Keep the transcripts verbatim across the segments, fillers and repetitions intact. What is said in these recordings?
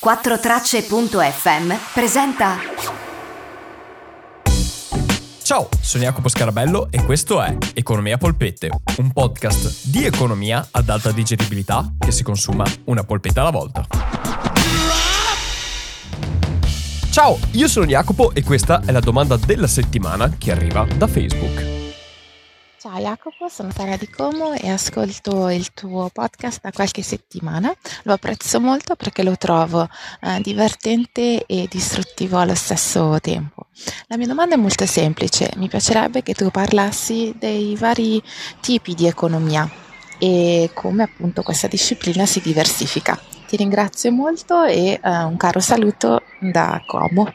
quattro tracce punto effe emme presenta. Ciao, sono Jacopo Scarabello e questo è Economia Polpette, un podcast di economia ad alta digeribilità che si consuma una polpetta alla volta. Ciao, io sono Jacopo e questa è la domanda della settimana che arriva da Facebook. Ciao Jacopo, sono Sara Di Como e ascolto il tuo podcast da qualche settimana. Lo apprezzo molto perché lo trovo eh, divertente e distruttivo allo stesso tempo. La mia domanda è molto semplice, mi piacerebbe che tu parlassi dei vari tipi di economia e come appunto questa disciplina si diversifica. Ti ringrazio molto e eh, un caro saluto da Como.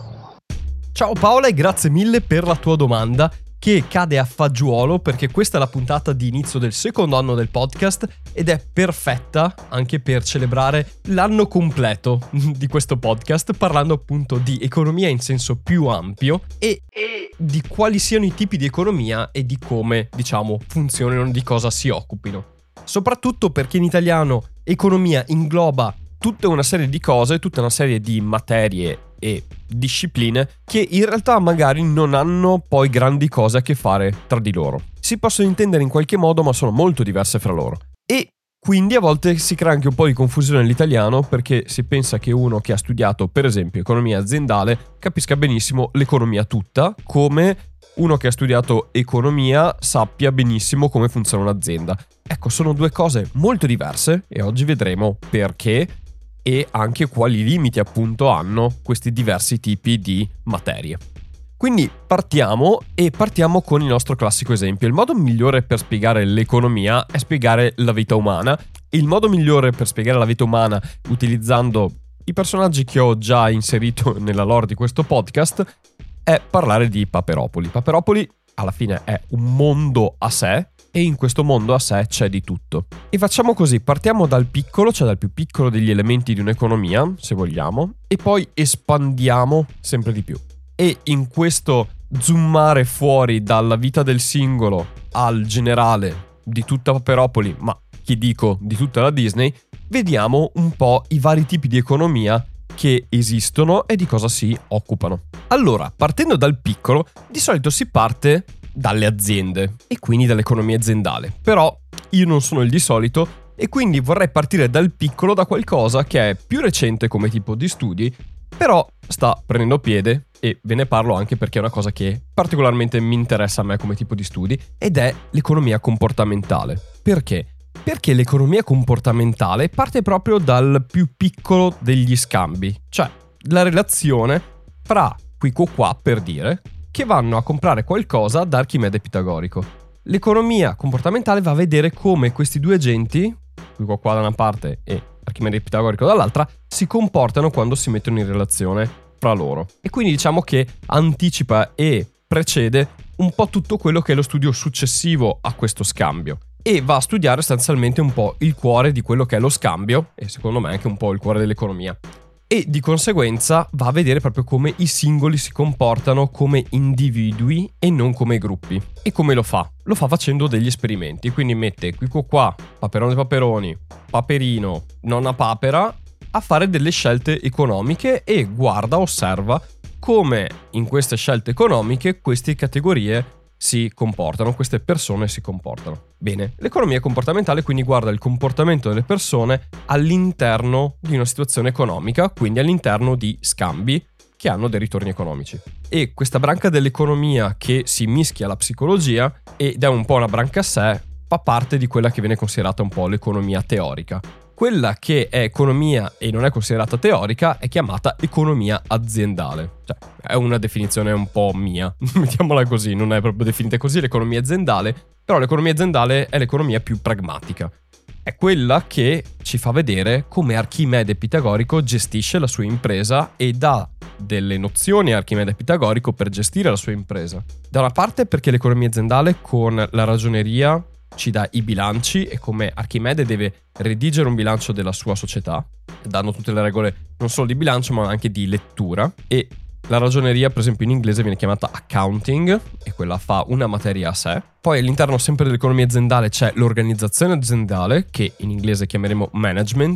Ciao Paola e grazie mille per la tua domanda, che cade a fagiolo perché questa è la puntata di inizio del secondo anno del podcast ed è perfetta anche per celebrare l'anno completo di questo podcast, parlando appunto di economia in senso più ampio e, e di quali siano i tipi di economia e di come, diciamo, funzionano, di cosa si occupino. Soprattutto perché in italiano economia ingloba tutta una serie di cose, tutta una serie di materie e discipline che in realtà magari non hanno poi grandi cose a che fare tra di loro. Si possono intendere in qualche modo, ma sono molto diverse fra loro. E quindi a volte si crea anche un po' di confusione nell'italiano perché si pensa che uno che ha studiato, per esempio, economia aziendale capisca benissimo l'economia tutta, come uno che ha studiato economia sappia benissimo come funziona un'azienda. Ecco, sono due cose molto diverse e oggi vedremo perché e anche quali limiti appunto hanno questi diversi tipi di materie. Quindi partiamo e partiamo con il nostro classico esempio. Il modo migliore per spiegare l'economia è spiegare la vita umana. Il modo migliore per spiegare la vita umana utilizzando i personaggi che ho già inserito nella lore di questo podcast è parlare di Paperopoli. Paperopoli alla fine è un mondo a sé e in questo mondo a sé c'è di tutto. E facciamo così, partiamo dal piccolo, cioè dal più piccolo degli elementi di un'economia, se vogliamo, e poi espandiamo sempre di più. E in questo zoomare fuori dalla vita del singolo al generale di tutta Paperopoli, ma che dico di tutta la Disney, vediamo un po' i vari tipi di economia che esistono e di cosa si occupano. Allora, partendo dal piccolo, di solito si parte dalle aziende e quindi dall'economia aziendale. Però io non sono il di solito e quindi vorrei partire dal piccolo, da qualcosa che è più recente come tipo di studi, però sta prendendo piede e ve ne parlo anche perché è una cosa che particolarmente mi interessa a me come tipo di studi, ed è l'economia comportamentale. Perché? Perché l'economia comportamentale parte proprio dal più piccolo degli scambi, cioè la relazione fra qui qua, per dire, che vanno a comprare qualcosa da Archimede Pitagorico. L'economia comportamentale va a vedere come questi due agenti, qui qua da una parte e Archimede Pitagorico dall'altra, si comportano quando si mettono in relazione fra loro. E quindi diciamo che anticipa e precede un po' tutto quello che è lo studio successivo a questo scambio. E va a studiare sostanzialmente un po' il cuore di quello che è lo scambio e secondo me anche un po' il cuore dell'economia. E di conseguenza va a vedere proprio come i singoli si comportano come individui e non come gruppi. E come lo fa? Lo fa facendo degli esperimenti, quindi mette qui qua, Paperone Paperoni, Paperino, nonna Papera a fare delle scelte economiche e guarda, osserva come in queste scelte economiche queste categorie si comportano, queste persone si comportano. Bene, l'economia comportamentale quindi guarda il comportamento delle persone all'interno di una situazione economica, quindi all'interno di scambi che hanno dei ritorni economici. E questa branca dell'economia che si mischia alla psicologia ed è un po' una branca a sé, fa parte di quella che viene considerata un po' l'economia teorica. Quella che è economia e non è considerata teorica è chiamata economia aziendale. Cioè, è una definizione un po' mia, mettiamola così, non è proprio definita così l'economia aziendale, però l'economia aziendale è l'economia più pragmatica. È quella che ci fa vedere come Archimede Pitagorico gestisce la sua impresa e dà delle nozioni a Archimede Pitagorico per gestire la sua impresa. Da una parte perché l'economia aziendale con la ragioneria ci dà i bilanci e come Archimede deve redigere un bilancio della sua società, danno tutte le regole non solo di bilancio ma anche di lettura, e la ragioneria per esempio in inglese viene chiamata accounting e quella fa una materia a sé. Poi all'interno sempre dell'economia aziendale c'è l'organizzazione aziendale che in inglese chiameremo management,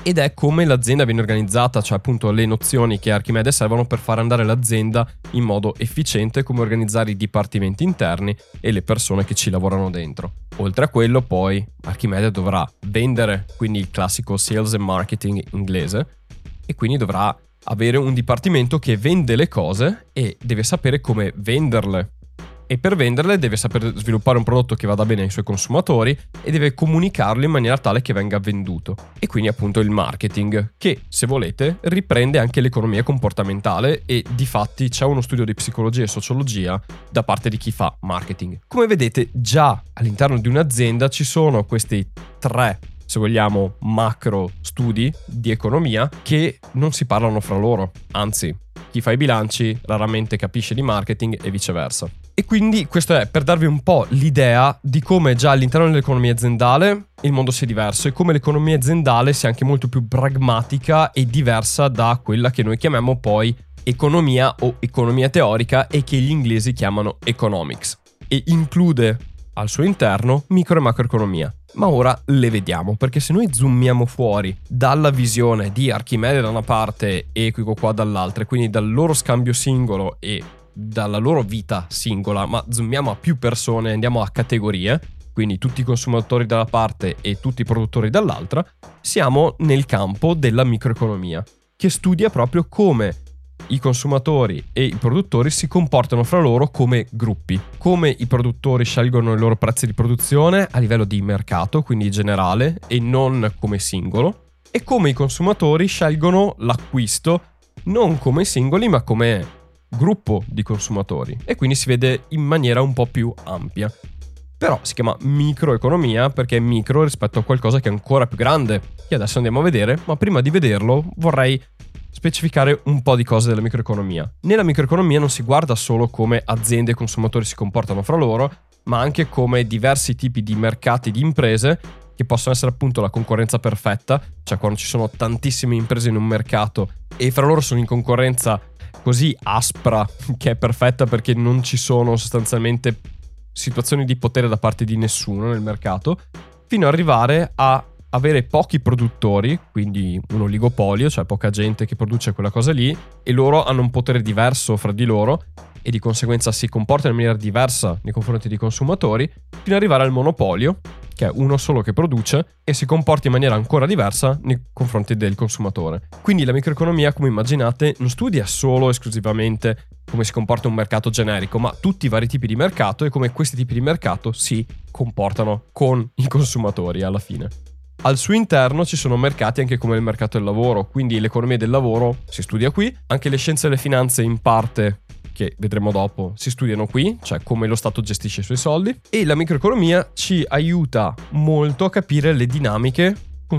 ed è come l'azienda viene organizzata, cioè appunto le nozioni che Archimede servono per far andare l'azienda in modo efficiente, come organizzare i dipartimenti interni e le persone che ci lavorano dentro. Oltre a quello poi Archimede dovrà vendere, quindi il classico sales and marketing inglese, e quindi dovrà avere un dipartimento che vende le cose e deve sapere come venderle. E per venderle deve saper sviluppare un prodotto che vada bene ai suoi consumatori e deve comunicarlo in maniera tale che venga venduto. E quindi appunto il marketing, che se volete riprende anche l'economia comportamentale, e difatti c'è uno studio di psicologia e sociologia da parte di chi fa marketing. Come vedete, già all'interno di un'azienda ci sono questi tre, se vogliamo, macro studi di economia che non si parlano fra loro. Anzi, chi fa i bilanci raramente capisce di marketing e viceversa. E quindi questo è per darvi un po' l'idea di come già all'interno dell'economia aziendale il mondo sia diverso e come l'economia aziendale sia anche molto più pragmatica e diversa da quella che noi chiamiamo poi economia o economia teorica e che gli inglesi chiamano economics, e include al suo interno micro e macroeconomia. Ma ora le vediamo, perché se noi zoomiamo fuori dalla visione di Archimede da una parte e Equico qua dall'altra, quindi dal loro scambio singolo e dalla loro vita singola, ma zoomiamo a più persone, andiamo a categorie, quindi tutti i consumatori da una parte e tutti i produttori dall'altra, siamo nel campo della microeconomia, che studia proprio come i consumatori e i produttori si comportano fra loro come gruppi, come i produttori scelgono i loro prezzi di produzione a livello di mercato, quindi generale e non come singolo, e come i consumatori scelgono l'acquisto non come singoli ma come gruppo di consumatori, e quindi si vede in maniera un po' più ampia. Però si chiama microeconomia perché è micro rispetto a qualcosa che è ancora più grande, che adesso andiamo a vedere, ma prima di vederlo vorrei specificare un po' di cose della microeconomia. Nella microeconomia non si guarda solo come aziende e consumatori si comportano fra loro, ma anche come diversi tipi di mercati di imprese, che possono essere appunto la concorrenza perfetta, cioè quando ci sono tantissime imprese in un mercato e fra loro sono in concorrenza così aspra che è perfetta perché non ci sono sostanzialmente situazioni di potere da parte di nessuno nel mercato, fino ad arrivare a avere pochi produttori, quindi un oligopolio, cioè poca gente che produce quella cosa lì, e loro hanno un potere diverso fra di loro e di conseguenza si comportano in maniera diversa nei confronti dei consumatori, fino ad arrivare al monopolio, che è uno solo che produce e si comporta in maniera ancora diversa nei confronti del consumatore. Quindi la microeconomia, come immaginate, non studia solo esclusivamente come si comporta un mercato generico, ma tutti i vari tipi di mercato e come questi tipi di mercato si comportano con i consumatori alla fine. Al suo interno ci sono mercati anche come il mercato del lavoro, quindi l'economia del lavoro si studia qui, anche le scienze delle finanze in parte, che vedremo dopo, si studiano qui, cioè come lo Stato gestisce i suoi soldi, e la microeconomia ci aiuta molto a capire le dinamiche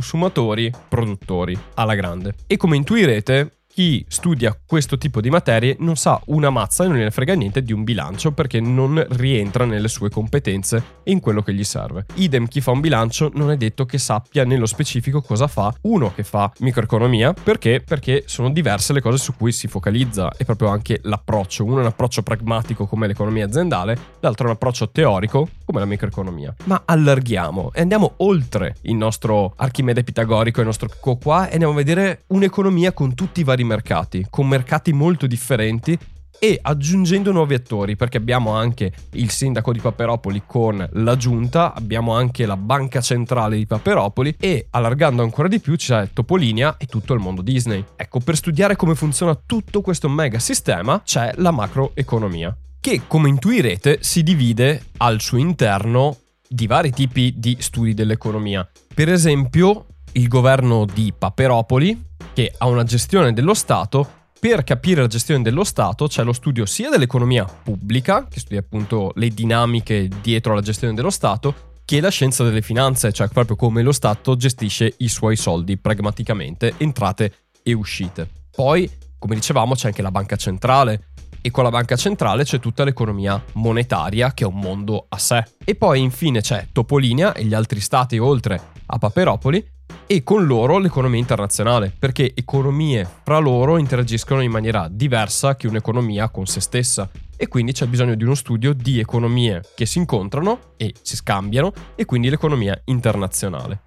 consumatori-produttori alla grande. E come intuirete, chi studia questo tipo di materie non sa una mazza e non gliene frega niente di un bilancio perché non rientra nelle sue competenze e in quello che gli serve. Idem, chi fa un bilancio non è detto che sappia nello specifico cosa fa uno che fa microeconomia, perché? Perché sono diverse le cose su cui si focalizza e proprio anche l'approccio. Uno è un approccio pragmatico come l'economia aziendale, l'altro è un approccio teorico come la microeconomia. Ma allarghiamo e andiamo oltre il nostro Archimede pitagorico e il nostro co qua e andiamo a vedere un'economia con tutti i vari mercati, con mercati molto differenti e aggiungendo nuovi attori, perché abbiamo anche il sindaco di Paperopoli con la giunta, abbiamo anche la banca centrale di Paperopoli e allargando ancora di più c'è Topolinia e tutto il mondo Disney. Ecco, per studiare come funziona tutto questo mega sistema c'è la macroeconomia, che come intuirete si divide al suo interno di vari tipi di studi dell'economia. Per esempio il governo di Paperopoli, che ha una gestione dello Stato. Per capire la gestione dello Stato c'è lo studio sia dell'economia pubblica, che studia appunto le dinamiche dietro alla gestione dello Stato, che la scienza delle finanze, cioè proprio come lo Stato gestisce i suoi soldi pragmaticamente, entrate e uscite. Poi, come dicevamo, c'è anche la banca centrale, e con la banca centrale c'è tutta l'economia monetaria, che è un mondo a sé. E poi infine c'è Topolinia e gli altri stati oltre a Paperopoli, e con loro l'economia internazionale, perché economie fra loro interagiscono in maniera diversa che un'economia con se stessa, e quindi c'è bisogno di uno studio di economie che si incontrano e si scambiano, e quindi l'economia internazionale.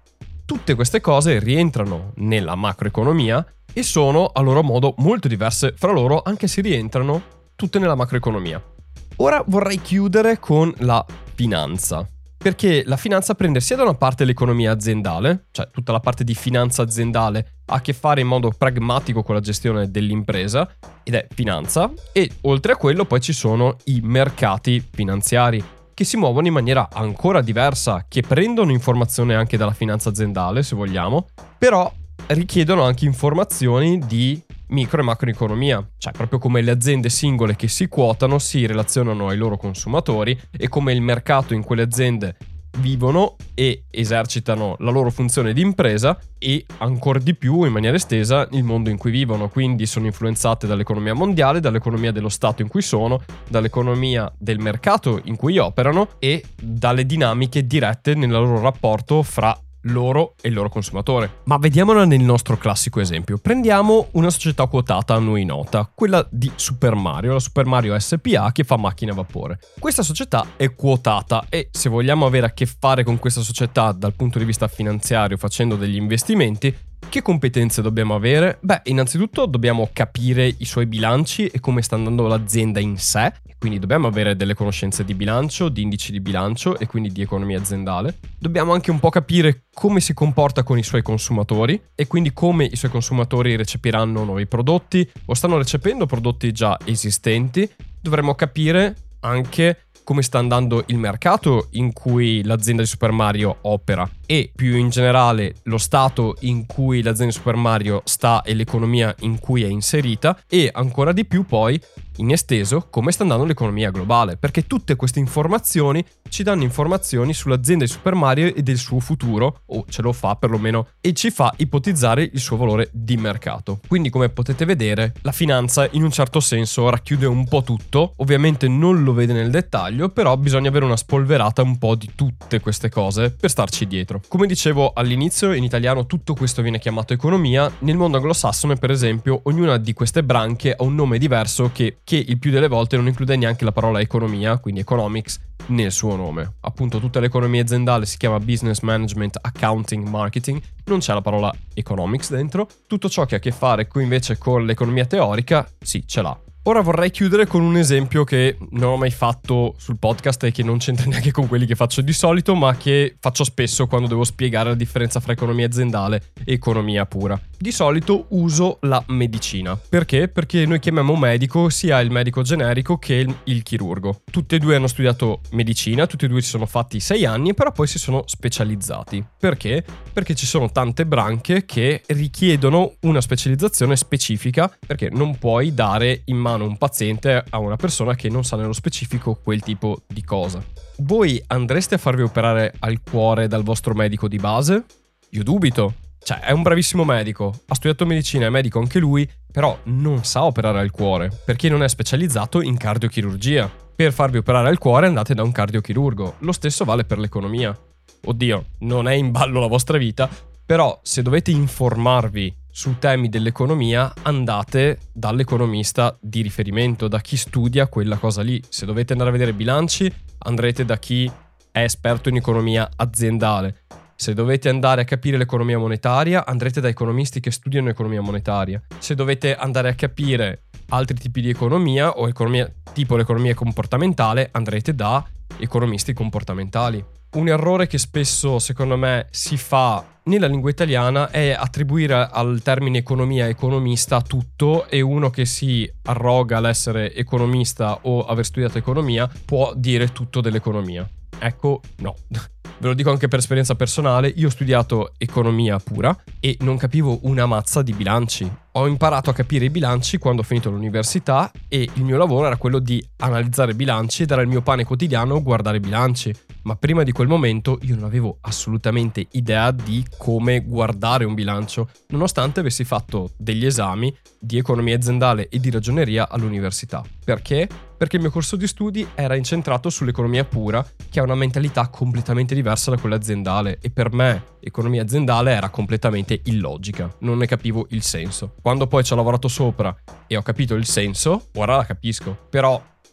Tutte queste cose rientrano nella macroeconomia e sono a loro modo molto diverse fra loro, anche se rientrano tutte nella macroeconomia. Ora vorrei chiudere con la finanza, perché la finanza prende sia da una parte l'economia aziendale, cioè tutta la parte di finanza aziendale ha a che fare in modo pragmatico con la gestione dell'impresa, ed è finanza, e oltre a quello poi ci sono i mercati finanziari, che si muovono in maniera ancora diversa, che prendono informazione anche dalla finanza aziendale, se vogliamo, però richiedono anche informazioni di micro e macroeconomia, cioè proprio come le aziende singole che si quotano si relazionano ai loro consumatori e come il mercato in quelle aziende vivono e esercitano la loro funzione di impresa, e ancora di più in maniera estesa il mondo in cui vivono, quindi sono influenzate dall'economia mondiale, dall'economia dello stato in cui sono, dall'economia del mercato in cui operano e dalle dinamiche dirette nel loro rapporto fra loro e il loro consumatore. Ma vediamola nel nostro classico esempio. Prendiamo una società quotata a noi nota, quella di Super Mario, la Super Mario S P A che fa macchine a vapore. Questa società è quotata e se vogliamo avere a che fare con questa società dal punto di vista finanziario facendo degli investimenti, che competenze dobbiamo avere? Beh, innanzitutto dobbiamo capire i suoi bilanci e come sta andando l'azienda in sé, quindi dobbiamo avere delle conoscenze di bilancio, di indici di bilancio e quindi di economia aziendale. Dobbiamo anche un po' capire come si comporta con i suoi consumatori e quindi come i suoi consumatori recepiranno nuovi prodotti o stanno recependo prodotti già esistenti. Dovremmo capire anche come sta andando il mercato in cui l'azienda di Super Mario opera e più in generale lo stato in cui l'azienda di Super Mario sta e l'economia in cui è inserita, e ancora di più poi in esteso come sta andando l'economia globale, perché tutte queste informazioni ci danno informazioni sull'azienda di Super Mario e del suo futuro, o ce lo fa perlomeno, e ci fa ipotizzare il suo valore di mercato. Quindi come potete vedere la finanza in un certo senso racchiude un po' tutto, ovviamente non lo vede nel dettaglio, però bisogna avere una spolverata un po' di tutte queste cose per starci dietro. Come dicevo all'inizio, in italiano tutto questo viene chiamato economia. Nel mondo anglosassone per esempio ognuna di queste branche ha un nome diverso che che il più delle volte non include neanche la parola economia, quindi economics, nel suo nome. Appunto tutta l'economia aziendale si chiama business management, accounting, marketing, non c'è la parola economics dentro. Tutto ciò che ha a che fare con, invece con l'economia teorica, sì, ce l'ha. Ora vorrei chiudere con un esempio che non ho mai fatto sul podcast e che non c'entra neanche con quelli che faccio di solito, ma che faccio spesso quando devo spiegare la differenza fra economia aziendale e economia pura. Di solito uso la medicina. Perché? Perché noi chiamiamo medico sia il medico generico che il, il chirurgo. Tutti e due hanno studiato medicina, tutti e due si sono fatti sei anni, però poi si sono specializzati. Perché? Perché ci sono tante branche che richiedono una specializzazione specifica, perché non puoi dare in mano un paziente a una persona che non sa nello specifico quel tipo di cosa. Voi andreste a farvi operare al cuore dal vostro medico di base? Io dubito. Cioè, è un bravissimo medico, ha studiato medicina, è medico anche lui, però non sa operare al cuore, perché non è specializzato in cardiochirurgia. Per farvi operare al cuore andate da un cardiochirurgo. Lo stesso vale per l'economia. Oddio, non è in ballo la vostra vita, però se dovete informarvi su temi dell'economia andate dall'economista di riferimento, da chi studia quella cosa lì. Se dovete andare a vedere bilanci andrete da chi è esperto in economia aziendale. Se dovete andare a capire l'economia monetaria andrete da economisti che studiano economia monetaria. Se dovete andare a capire altri tipi di economia o economia tipo l'economia comportamentale andrete da economisti comportamentali. Un errore che spesso secondo me si fa nella lingua italiana è attribuire al termine economia economista tutto, e uno che si arroga l'essere economista o aver studiato economia può dire tutto dell'economia. Ecco, no. Ve lo dico anche per esperienza personale, io ho studiato economia pura e non capivo una mazza di bilanci. Ho imparato a capire i bilanci quando ho finito l'università e il mio lavoro era quello di analizzare bilanci ed era il mio pane quotidiano guardare bilanci. Ma prima di quel momento io non avevo assolutamente idea di come guardare un bilancio, nonostante avessi fatto degli esami di economia aziendale e di ragioneria all'università. Perché? Perché il mio corso di studi era incentrato sull'economia pura, che ha una mentalità completamente diversa da quella aziendale, e per me economia aziendale era completamente illogica, non ne capivo il senso. Quando poi ci ho lavorato sopra e ho capito il senso, ora la capisco. Però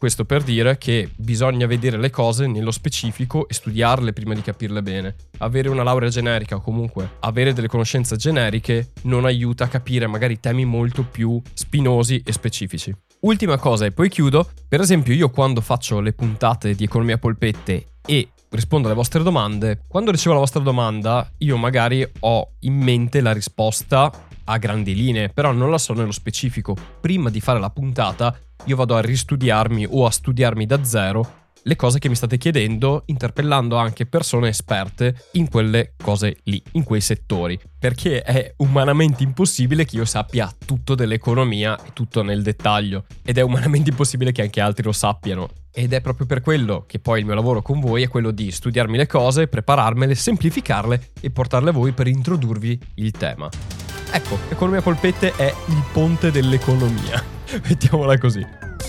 Questo per dire che bisogna vedere le cose nello specifico e studiarle prima di capirle bene. Avere una laurea generica o comunque avere delle conoscenze generiche non aiuta a capire magari temi molto più spinosi e specifici. Ultima cosa e poi chiudo. Per esempio, io quando faccio le puntate di Economia Polpette e rispondo alle vostre domande, quando ricevo la vostra domanda io magari ho in mente la risposta a grandi linee, però non la so nello specifico. Prima di fare la puntata io vado a ristudiarmi o a studiarmi da zero le cose che mi state chiedendo, interpellando anche persone esperte in quelle cose lì, in quei settori, perché è umanamente impossibile che io sappia tutto dell'economia e tutto nel dettaglio, ed è umanamente impossibile che anche altri lo sappiano. Ed è proprio per quello che poi il mio lavoro con voi è quello di studiarmi le cose, prepararmele, semplificarle e portarle a voi per introdurvi il tema. Ecco, Economia Polpette è il ponte dell'economia, mettiamola così.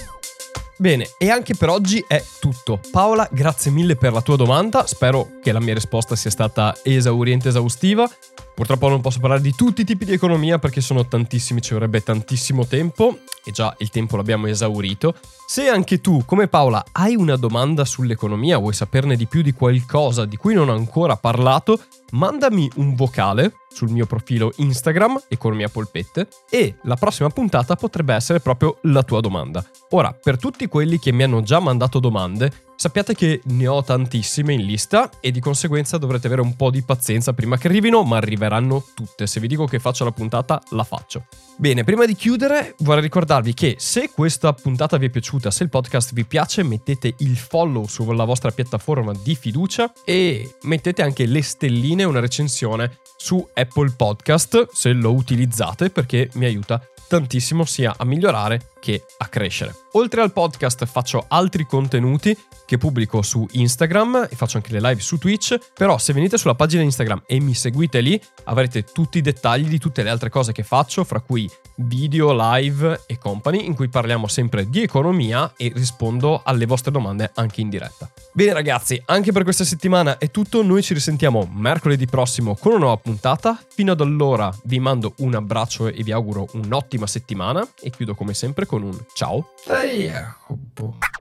Bene, e anche per oggi è tutto. Paola, grazie mille per la tua domanda, spero che la mia risposta sia stata esauriente, esaustiva. Purtroppo non posso parlare di tutti i tipi di economia perché sono tantissimi, ci vorrebbe tantissimo tempo e già il tempo l'abbiamo esaurito. Se anche tu, come Paola, hai una domanda sull'economia, vuoi saperne di più di qualcosa di cui non ho ancora parlato, mandami un vocale sul mio profilo Instagram, Economia Polpette, e la prossima puntata potrebbe essere proprio la tua domanda. Ora, per tutti quelli che mi hanno già mandato domande, sappiate che ne ho tantissime in lista e di conseguenza dovrete avere un po' di pazienza prima che arrivino, ma arriveranno tutte. Se vi dico che faccio la puntata, la faccio. Bene, prima di chiudere vorrei ricordarvi che se questa puntata vi è piaciuta, se il podcast vi piace, mettete il follow sulla vostra piattaforma di fiducia e mettete anche le stelline e una recensione su Apple Podcast se lo utilizzate, perché mi aiuta tantissimo sia a migliorare che a crescere. Oltre al podcast faccio altri contenuti che pubblico su Instagram e faccio anche le live su Twitch, però se venite sulla pagina Instagram e mi seguite lì avrete tutti i dettagli di tutte le altre cose che faccio, fra cui video, live e company, in cui parliamo sempre di economia e rispondo alle vostre domande anche in diretta. Bene ragazzi, anche per questa settimana è tutto, noi ci risentiamo mercoledì prossimo con una nuova puntata. Fino ad allora vi mando un abbraccio e vi auguro un'ottima settimana e chiudo come sempre con un ciao da Jacopo.